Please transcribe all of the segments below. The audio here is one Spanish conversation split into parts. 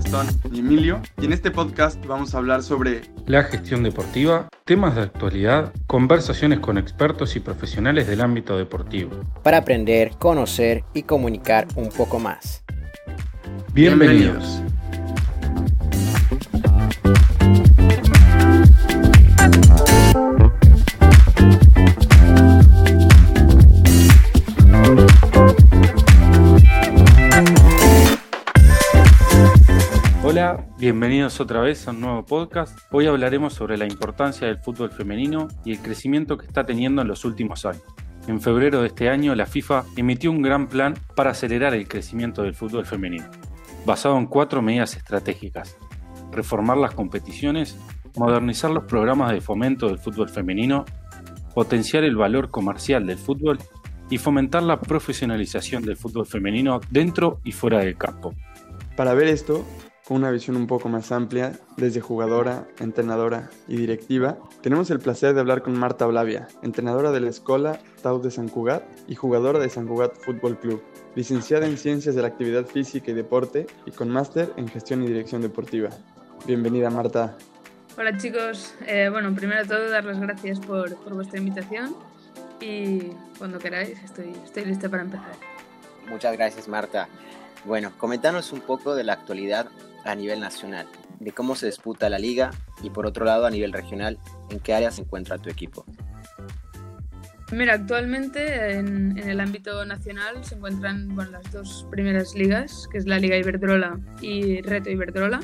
Gastón y Emilio, y en este podcast vamos a hablar sobre la gestión deportiva, temas de actualidad, conversaciones con expertos y profesionales del ámbito deportivo. Para aprender, conocer y comunicar un poco más. Bienvenidos. Hola, bienvenidos otra vez a un nuevo podcast. Hoy hablaremos sobre la importancia del fútbol femenino y el crecimiento que está teniendo en los últimos años. En febrero de este año, la FIFA emitió un gran plan para acelerar el crecimiento del fútbol femenino, basado en 4 medidas estratégicas: reformar las competiciones, modernizar los programas de fomento del fútbol femenino, potenciar el valor comercial del fútbol y fomentar la profesionalización del fútbol femenino dentro y fuera del campo. Para ver esto con una visión un poco más amplia, desde jugadora, entrenadora y directiva, tenemos el placer de hablar con Marta Blavia, entrenadora de la Escola Tau de Sant Cugat y jugadora de Sant Cugat Fútbol Club, licenciada en Ciencias de la Actividad Física y Deporte y con máster en Gestión y Dirección Deportiva. Bienvenida, Marta. Hola chicos, primero de todo dar las gracias por vuestra invitación y cuando queráis estoy lista para empezar. Muchas gracias, Marta. Bueno, comentanos un poco de la actualidad a nivel nacional, de cómo se disputa la liga y por otro lado a nivel regional, ¿en qué área se encuentra tu equipo? Mira, actualmente en el ámbito nacional se encuentran las 2 primeras ligas, que es la Liga Iberdrola y Reto Iberdrola.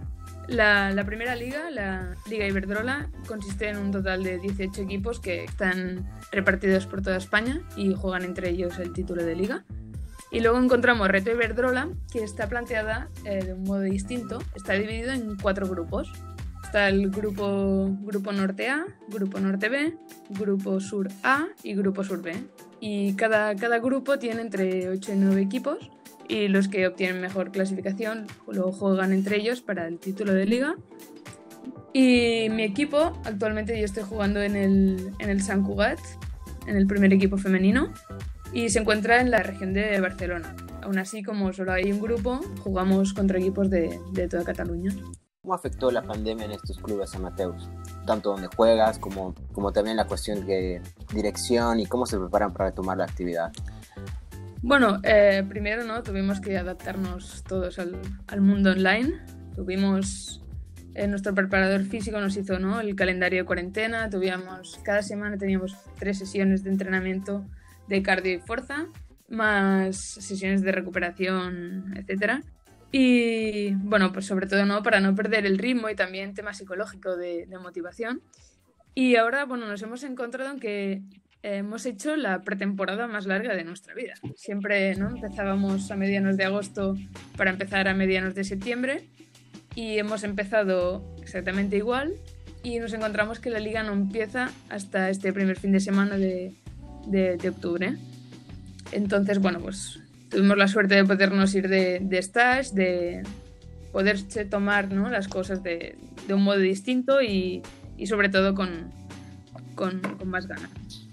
La primera liga, la Liga Iberdrola, consiste en un total de 18 equipos que están repartidos por toda España y juegan entre ellos el título de liga. Y luego encontramos Reto Iberdrola, que está planteada de un modo distinto. Está dividido en 4 grupos. Está el grupo Norte A, Grupo Norte B, Grupo Sur A y Grupo Sur B. Y cada grupo tiene entre 8 y 9 equipos y los que obtienen mejor clasificación luego juegan entre ellos para el título de liga. Y mi equipo, actualmente yo estoy jugando en el Sant Cugat, en el primer equipo femenino, y se encuentra en la región de Barcelona. Aún así, como solo hay un grupo, jugamos contra equipos de toda Cataluña. ¿Cómo afectó la pandemia en estos clubes amateurs? Tanto donde juegas como también la cuestión de dirección y cómo se preparan para retomar la actividad. Bueno, primero tuvimos que adaptarnos todos al mundo online. Nuestro preparador físico nos hizo el calendario de cuarentena. Cada semana teníamos 3 sesiones de entrenamiento de cardio y fuerza, más sesiones de recuperación, etc. Y pues sobre todo para no perder el ritmo y también tema psicológico de motivación. Y ahora nos hemos encontrado en que hemos hecho la pretemporada más larga de nuestra vida. Siempre empezábamos a medianos de agosto para empezar a medianos de septiembre y hemos empezado exactamente igual y nos encontramos que la liga no empieza hasta este primer fin de semana de octubre. Entonces, tuvimos la suerte de podernos ir de stage, de poderse tomar las cosas de un modo distinto y sobre todo con más ganas.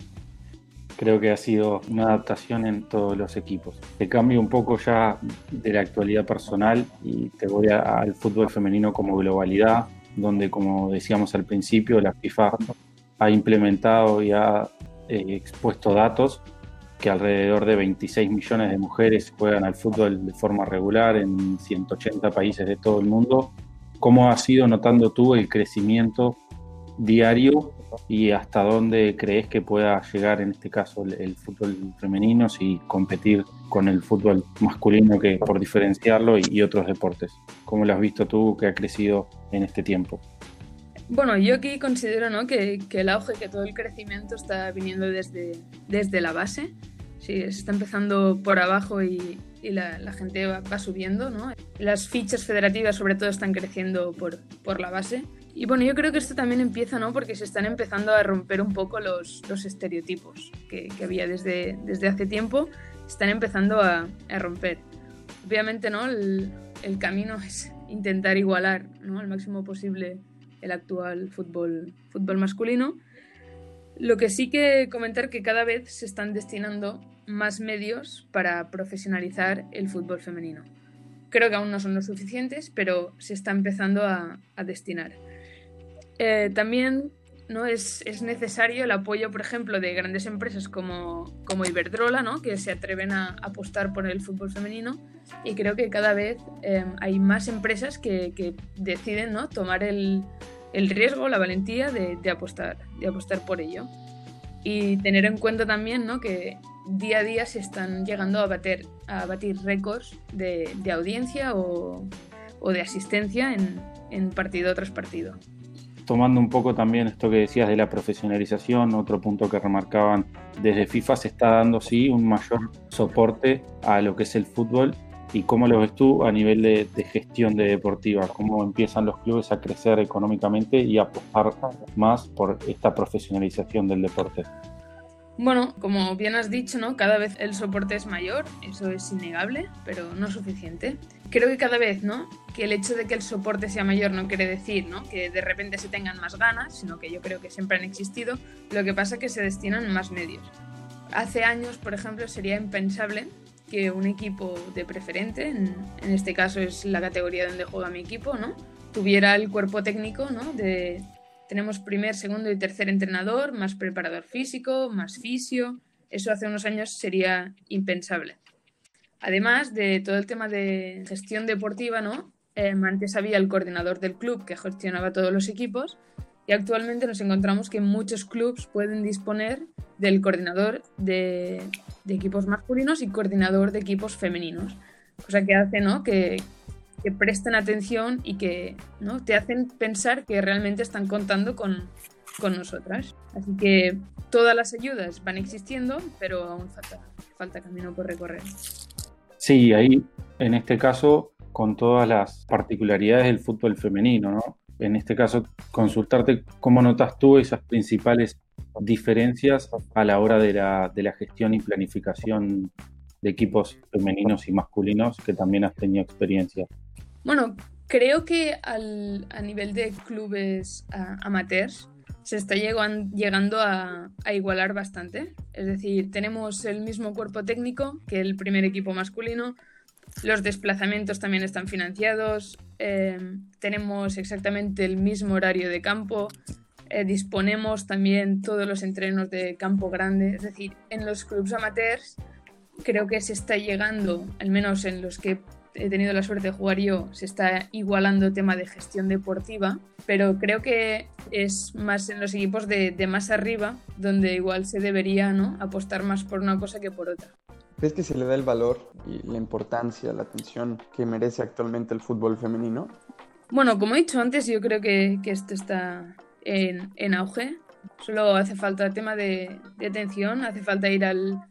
Creo que ha sido una adaptación en todos los equipos. Te cambio un poco ya de la actualidad personal y te voy al fútbol femenino como globalidad, donde, como decíamos al principio, la FIFA ha implementado y ha expuesto datos que alrededor de 26 millones de mujeres juegan al fútbol de forma regular en 180 países de todo el mundo. ¿Cómo has ido notando tú el crecimiento diario y hasta dónde crees que pueda llegar en este caso el fútbol femenino si competir con el fútbol masculino, que por diferenciarlo, y otros deportes? ¿Cómo lo has visto tú que ha crecido en este tiempo? Bueno, yo aquí considero que el auge, que todo el crecimiento está viniendo desde la base. Sí, se está empezando por abajo y la gente va subiendo, ¿no? Las fichas federativas sobre todo están creciendo por la base. Y yo creo que esto también empieza, porque se están empezando a romper un poco los estereotipos que había desde hace tiempo. Están empezando a romper. Obviamente, el camino es intentar igualar, al máximo posible el actual fútbol masculino. Lo que sí que comentar que cada vez se están destinando más medios para profesionalizar el fútbol femenino. Creo que aún no son lo suficientes, pero se está empezando a destinar. También, ¿no? es necesario el apoyo, por ejemplo, de grandes empresas como Iberdrola, ¿no? Que se atreven a apostar por el fútbol femenino, y creo que cada vez hay más empresas que deciden, ¿no? Tomar el riesgo, la valentía de apostar por ello. Y tener en cuenta también, ¿no? Que día a día se están llegando a batir récords de audiencia o de asistencia en partido tras partido. Tomando un poco también esto que decías de la profesionalización, otro punto que remarcaban, desde FIFA se está dando sí un mayor soporte a lo que es el fútbol. ¿Y cómo lo ves tú a nivel de gestión de deportiva? ¿Cómo empiezan los clubes a crecer económicamente y a apostar más por esta profesionalización del deporte? Bueno, como bien has dicho, ¿no? Cada vez el soporte es mayor, eso es innegable, pero no suficiente. Creo que cada vez, ¿no? Que el hecho de que el soporte sea mayor no quiere decir, ¿no? Que de repente se tengan más ganas, sino que yo creo que siempre han existido. Lo que pasa es que se destinan más medios. Hace años, por ejemplo, sería impensable que un equipo de preferente, en este caso es la categoría donde juega mi equipo, ¿no? Tuviera el cuerpo técnico, ¿no? Tenemos primer, segundo y tercer entrenador, más preparador físico, más fisio. Eso hace unos años sería impensable. Además de todo el tema de gestión deportiva, ¿no? Antes había el coordinador del club que gestionaba todos los equipos, y actualmente nos encontramos que muchos clubes pueden disponer del coordinador de equipos masculinos y coordinador de equipos femeninos. Cosa que hace, ¿no? que presten atención y que, ¿no? te hacen pensar que realmente están contando con nosotras. Así que todas las ayudas van existiendo, pero aún falta camino por recorrer. Sí, ahí en este caso con todas las particularidades del fútbol femenino, ¿no? En este caso, consultarte cómo notas tú esas principales diferencias a la hora de la gestión y planificación de equipos femeninos y masculinos, que también has tenido experiencia. Bueno, creo que a nivel de clubes amateurs se está llegando a igualar bastante. Es decir, tenemos el mismo cuerpo técnico que el primer equipo masculino, los desplazamientos también están financiados, tenemos exactamente el mismo horario de campo, disponemos también todos los entrenos de campo grande. Es decir, en los clubes amateurs creo que se está llegando, al menos en los que he tenido la suerte de jugar yo, se está igualando tema de gestión deportiva, pero creo que es más en los equipos de más arriba donde igual se debería, ¿no? apostar más por una cosa que por otra. ¿Crees que se le da el valor y la importancia, la atención que merece actualmente el fútbol femenino? Bueno, como he dicho antes, yo creo que esto está en auge. Solo hace falta tema de atención, hace falta ir a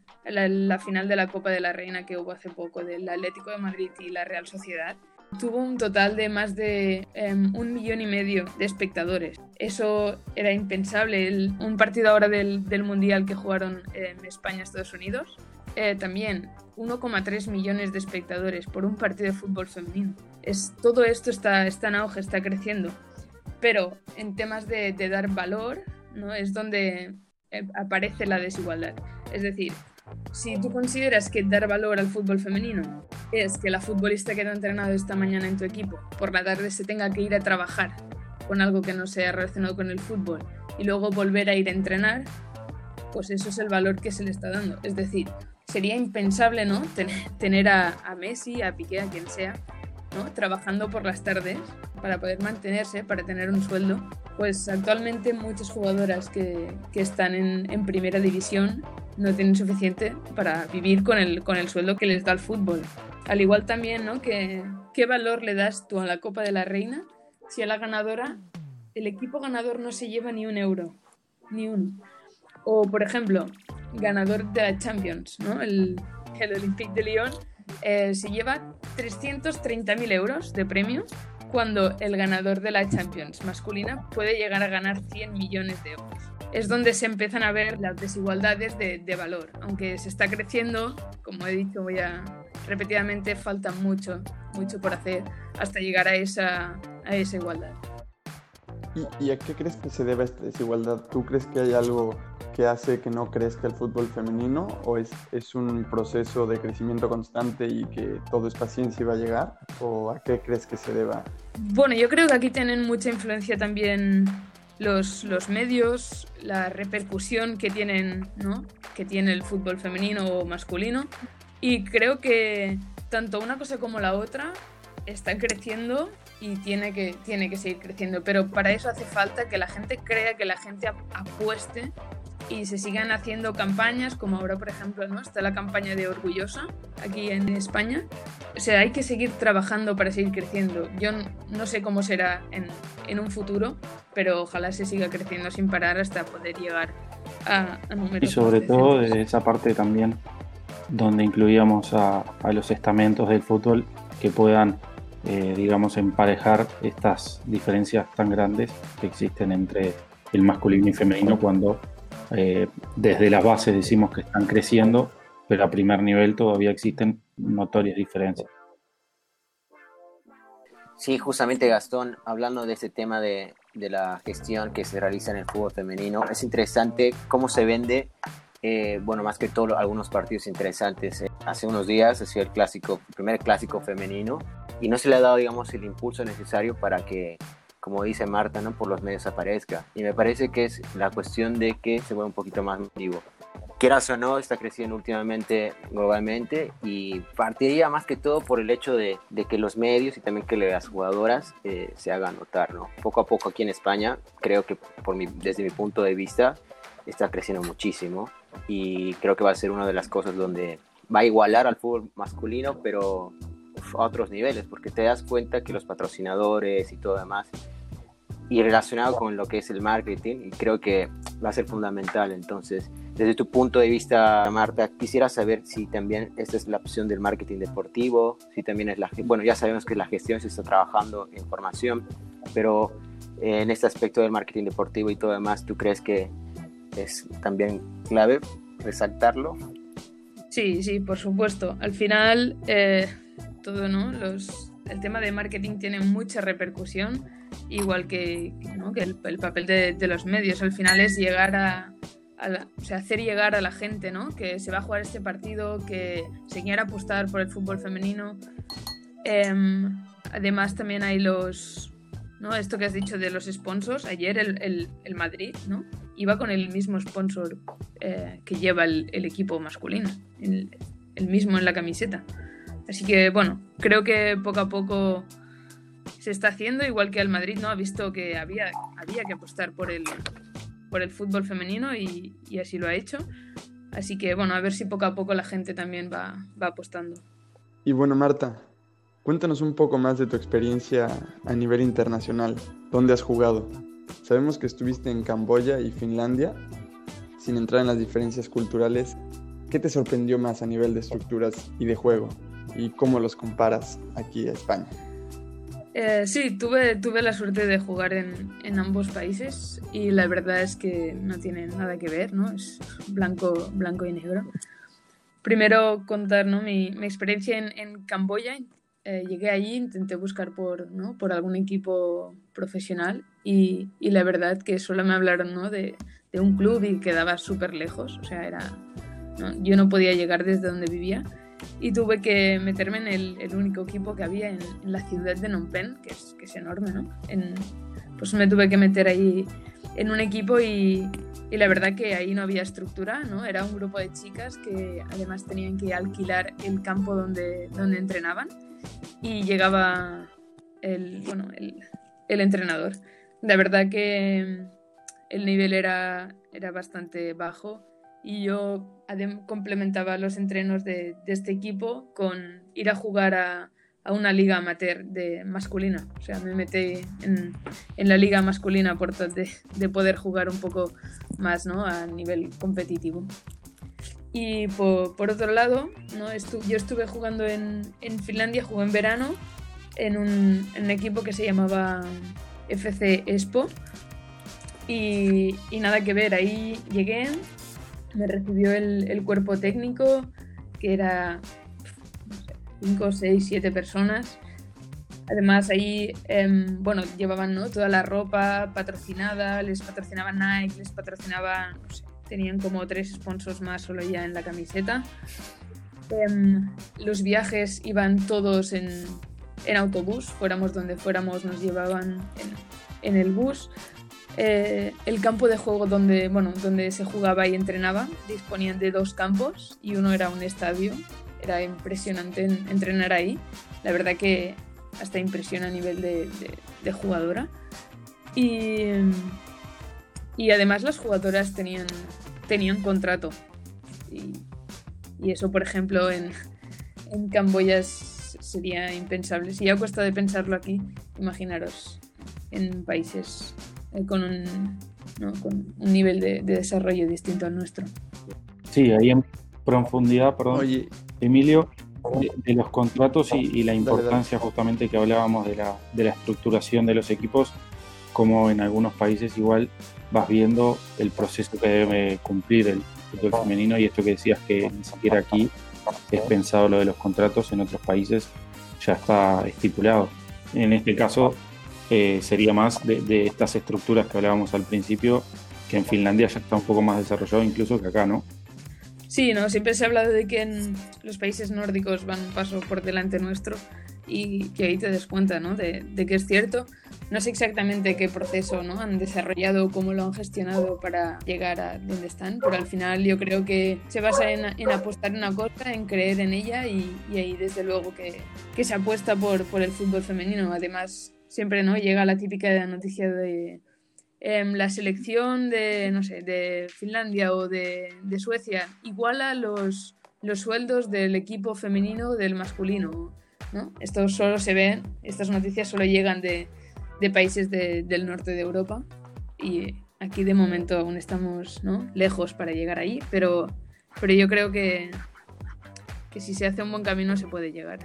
la final de la Copa de la Reina que hubo hace poco del Atlético de Madrid y la Real Sociedad. Tuvo un total de más de 1,5 millones de espectadores. Eso era impensable. Un partido ahora del Mundial que jugaron en España-Estados Unidos, también 1,3 millones de espectadores por un partido de fútbol femenino. Todo esto está en auge, está creciendo. Pero en temas de dar valor, ¿no? es donde aparece la desigualdad. Es decir, si tú consideras que dar valor al fútbol femenino es que la futbolista que te ha entrenado esta mañana en tu equipo por la tarde se tenga que ir a trabajar con algo que no sea relacionado con el fútbol y luego volver a ir a entrenar, pues eso es el valor que se le está dando. Es decir, sería impensable, ¿no? tener a Messi, a Piqué, a quien sea, ¿no? trabajando por las tardes para poder mantenerse, para tener un sueldo. Pues actualmente muchas jugadoras que están en primera división no tienen suficiente para vivir con el sueldo que les da el fútbol. Al igual también, ¿no? ¿Qué valor le das tú a la Copa de la Reina si a la ganadora, el equipo ganador no se lleva ni un euro? Ni uno. O, por ejemplo, ganador de la Champions, ¿no? El Olympique de Lyon se lleva 330.000 euros de premio, cuando el ganador de la Champions masculina puede llegar a ganar 100 millones de euros. Es donde se empiezan a ver las desigualdades de valor. Aunque se está creciendo, como he dicho ya repetidamente, falta mucho por hacer hasta llegar a esa igualdad. ¿Y a qué crees que se debe esta desigualdad? ¿Tú crees que hay algo que hace que no crezca el fútbol femenino, o es un proceso de crecimiento constante y que todo es paciencia y va a llegar, o a qué crees que se deba? Bueno, yo creo que aquí tienen mucha influencia también los medios, la repercusión que tienen, ¿no? Que tiene el fútbol femenino o masculino, y creo que tanto una cosa como la otra están creciendo y tiene que seguir creciendo, pero para eso hace falta que la gente crea, que la gente apueste y se sigan haciendo campañas, como ahora, por ejemplo, ¿no? Está la campaña de Orgullosa aquí en España. O sea, hay que seguir trabajando para seguir creciendo. Yo no sé cómo será en un futuro, pero ojalá se siga creciendo sin parar hasta poder llegar a números. Y sobre todo de esa parte también, donde incluíamos a los estamentos del fútbol que puedan digamos, emparejar estas diferencias tan grandes que existen entre el masculino y femenino cuando desde las bases decimos que están creciendo, pero a primer nivel todavía existen notorias diferencias. Sí, justamente Gastón, hablando de este tema de la gestión que se realiza en el fútbol femenino, es interesante cómo se vende. Bueno, más que todo algunos partidos interesantes. Hace unos días ha sido el primer clásico femenino y no se le ha dado, digamos, el impulso necesario para que, como dice Marta, ¿no? Por los medios aparezca. Y me parece que es la cuestión de que se vuelva un poquito más masivo. Quieras o no, está creciendo últimamente globalmente y partiría más que todo por el hecho de que los medios y también que las jugadoras se hagan notar, ¿no? Poco a poco aquí en España, creo que desde mi punto de vista, está creciendo muchísimo y creo que va a ser una de las cosas donde va a igualar al fútbol masculino, pero a otros niveles, porque te das cuenta que los patrocinadores y todo demás, y relacionado con lo que es el marketing, y creo que va a ser fundamental. Entonces, desde tu punto de vista, Marta, quisiera saber si también esta es la opción del marketing deportivo, si también es bueno, ya sabemos que la gestión se está trabajando en formación, pero en este aspecto del marketing deportivo y todo demás, ¿tú crees que es también clave resaltarlo? Sí, por supuesto. Al final, todo, ¿no? El tema de marketing tiene mucha repercusión, igual que el papel de los medios. Al final es llegar hacer llegar a la gente, ¿no? Que se va a jugar este partido, que se quiera apostar por el fútbol femenino. Además también hay ¿no? Esto que has dicho de los sponsors. Ayer el Madrid, ¿no? Iba con el mismo sponsor que lleva el equipo masculino, el mismo en la camiseta. Así que, bueno, creo que poco a poco se está haciendo, igual que el Madrid, ¿no? Ha visto que había que apostar por el fútbol femenino y así lo ha hecho. Así que, bueno, a ver si poco a poco la gente también va apostando. Y bueno, Marta, cuéntanos un poco más de tu experiencia a nivel internacional. ¿Dónde has jugado? Sabemos que estuviste en Camboya y Finlandia. Sin entrar en las diferencias culturales, ¿qué te sorprendió más a nivel de estructuras y de juego? ¿Y cómo los comparas aquí a España? Sí, tuve la suerte de jugar en ambos países y la verdad es que no tienen nada que ver, ¿no? Es blanco y negro. Primero contar, ¿no? mi experiencia en Camboya. Llegué allí, intenté buscar por algún equipo profesional y la verdad que solo me hablaron, ¿no? de un club y quedaba súper lejos, o sea, ¿no? Yo no podía llegar desde donde vivía y tuve que meterme en el único equipo que había en la ciudad de Phnom Penh, que es enorme, ¿no? Pues me tuve que meter ahí en un equipo y la verdad que ahí no había estructura, ¿no? Era un grupo de chicas que además tenían que alquilar el campo donde entrenaban y llegaba el entrenador. La verdad que el nivel era bastante bajo y yo complementaba los entrenos de este equipo con ir a jugar a una liga amateur masculina. O sea, me metí en la liga masculina por de poder jugar un poco más, ¿no? A nivel competitivo. Y por otro lado, ¿no? Yo estuve jugando en Finlandia, jugué en verano en un equipo que se llamaba FC Espoo y nada que ver, ahí llegué, me recibió el cuerpo técnico que era 5, 6, 7 personas. Además ahí llevaban, ¿no? Toda la ropa patrocinada, les patrocinaba Nike, les patrocinaba, no sé, tenían como 3 sponsors más solo ya en la camiseta. Los viajes iban todos en autobús, fuéramos donde fuéramos nos llevaban en el bus. El campo de juego donde se jugaba y entrenaba disponían de 2 campos y uno era un estadio. Era impresionante entrenar ahí. La verdad que hasta impresiona a nivel de jugadora. Y además las jugadoras tenían contrato. Y eso, por ejemplo, en Camboya sería impensable. Si ya cuesta de pensarlo aquí, imaginaros en países con un nivel de desarrollo distinto al nuestro. Sí, ahí en profundidad, perdón, Oye, Emilio, de los contratos y la importancia justamente que hablábamos de la estructuración de los equipos, como en algunos países igual vas viendo el proceso que debe cumplir el fútbol femenino, y esto que decías que ni siquiera aquí es pensado lo de los contratos, en otros países ya está estipulado. En este caso sería más de estas estructuras que hablábamos al principio, que en Finlandia ya está un poco más desarrollado incluso que acá, ¿no? Sí, ¿no? Siempre se ha hablado de que en los países nórdicos van un paso por delante nuestro y que ahí te des cuenta, ¿no? de que es cierto. No sé exactamente qué proceso, ¿no? han desarrollado, cómo lo han gestionado para llegar a donde están, pero al final yo creo que se basa en apostar en una cosa, en creer en ella y ahí desde luego que se apuesta por el fútbol femenino. Además, siempre no llega la típica noticia de la selección de Finlandia o de Suecia iguala los sueldos del equipo femenino del masculino, ¿no? Esto solo se ve, estas noticias solo llegan de países del norte de Europa y aquí de momento aún estamos, ¿no? lejos para llegar ahí, pero yo creo que si se hace un buen camino se puede llegar.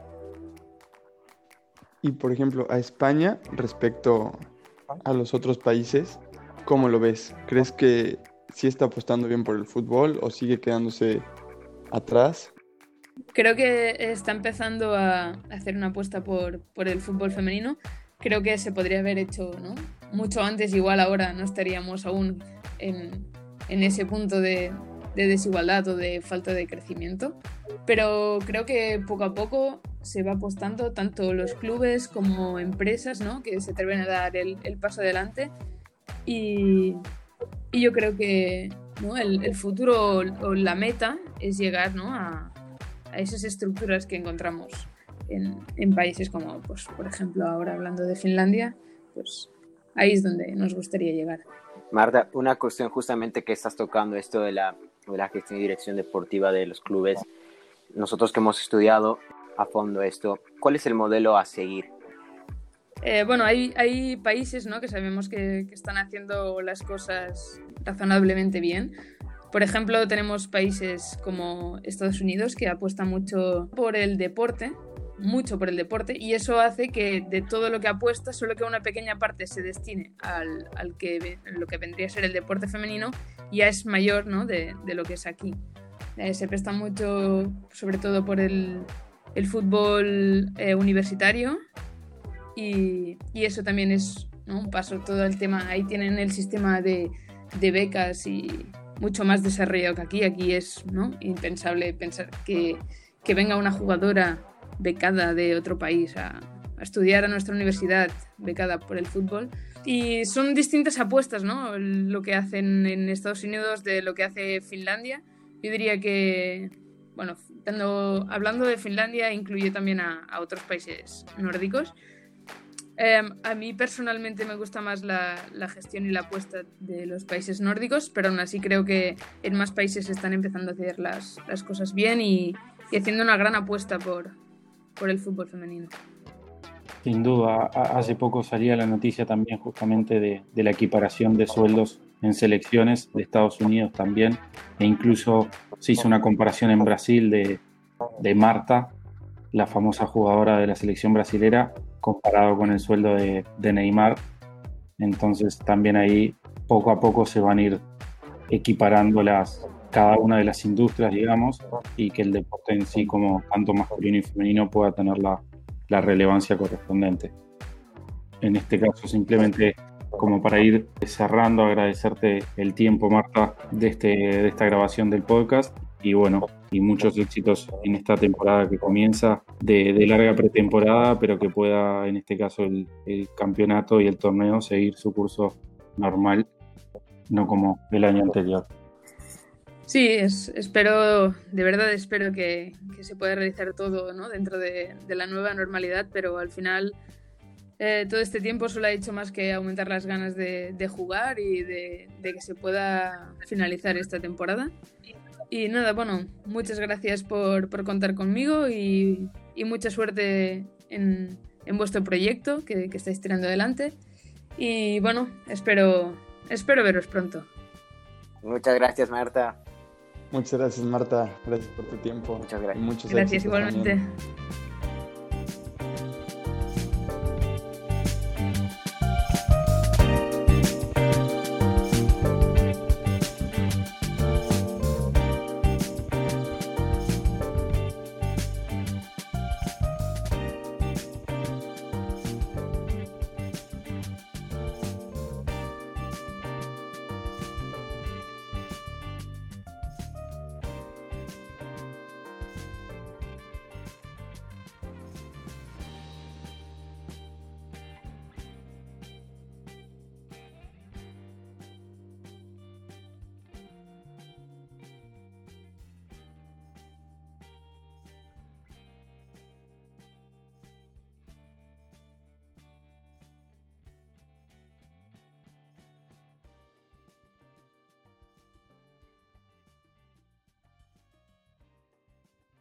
y por ejemplo, a España, respecto a los otros países, ¿cómo lo ves? ¿Crees que sí está apostando bien por el fútbol o sigue quedándose atrás? Creo que está empezando a hacer una apuesta por el fútbol femenino. Creo que se podría haber hecho, ¿no? mucho antes, igual ahora no estaríamos aún en ese punto de desigualdad o de falta de crecimiento, pero creo que poco a poco se va apostando tanto los clubes como empresas, ¿no? que se atreven a dar el paso adelante y yo creo que, ¿no? el futuro o la meta es llegar, ¿no? a esas estructuras que encontramos en países como, pues, por ejemplo, ahora hablando de Finlandia, pues ahí es donde nos gustaría llegar. Marta, una cuestión justamente que estás tocando, esto de la gestión y dirección deportiva de los clubes. Nosotros que hemos estudiado a fondo esto, ¿cuál es el modelo a seguir? Bueno, hay países, ¿no? que sabemos que están haciendo las cosas razonablemente bien. Por ejemplo, tenemos países como Estados Unidos que apuesta mucho por el deporte, y eso hace que de todo lo que apuesta solo que una pequeña parte se destine al que lo que vendría a ser el deporte femenino, ya es mayor, ¿no? de lo que es aquí. Se presta mucho, sobre todo por el fútbol universitario y eso también es, ¿no? un paso, todo el tema. Ahí tienen el sistema de becas y mucho más desarrollado que aquí. Aquí es, ¿no? impensable pensar que venga una jugadora becada de otro país a estudiar a nuestra universidad, becada por el fútbol. Y son distintas apuestas, ¿no? Lo que hacen en Estados Unidos de lo que hace Finlandia. Yo diría que, bueno, hablando de Finlandia, incluye también a otros países nórdicos. A mí personalmente me gusta más la gestión y la apuesta de los países nórdicos, pero aún así creo que en más países están empezando a hacer las cosas bien y haciendo una gran apuesta por el fútbol femenino. Sin duda, hace poco salía la noticia también justamente de la equiparación de sueldos en selecciones de Estados Unidos también, e incluso se hizo una comparación en Brasil de Marta, la famosa jugadora de la selección brasilera, comparado con el sueldo de Neymar. Entonces también ahí poco a poco se van a ir equiparando cada una de las industrias, digamos, y que el deporte en sí, como tanto masculino y femenino, pueda tener la relevancia correspondiente. En este caso simplemente como para ir cerrando, agradecerte el tiempo, Marta, de esta grabación del podcast. Y bueno, y muchos éxitos en esta temporada que comienza de larga pretemporada, pero que pueda, en este caso, el campeonato y el torneo seguir su curso normal, no como el año anterior. Sí, espero, de verdad espero que se pueda realizar todo, ¿no?, dentro de la nueva normalidad, pero al final todo este tiempo solo ha hecho más que aumentar las ganas de jugar y de que se pueda finalizar esta temporada. Y nada, bueno, muchas gracias por contar conmigo y mucha suerte en vuestro proyecto que estáis tirando adelante. Y bueno, espero veros pronto. Muchas gracias, Marta. Muchas gracias, Marta. Gracias por tu tiempo. Muchas gracias. Y muchos Gracias éxitos igualmente. también.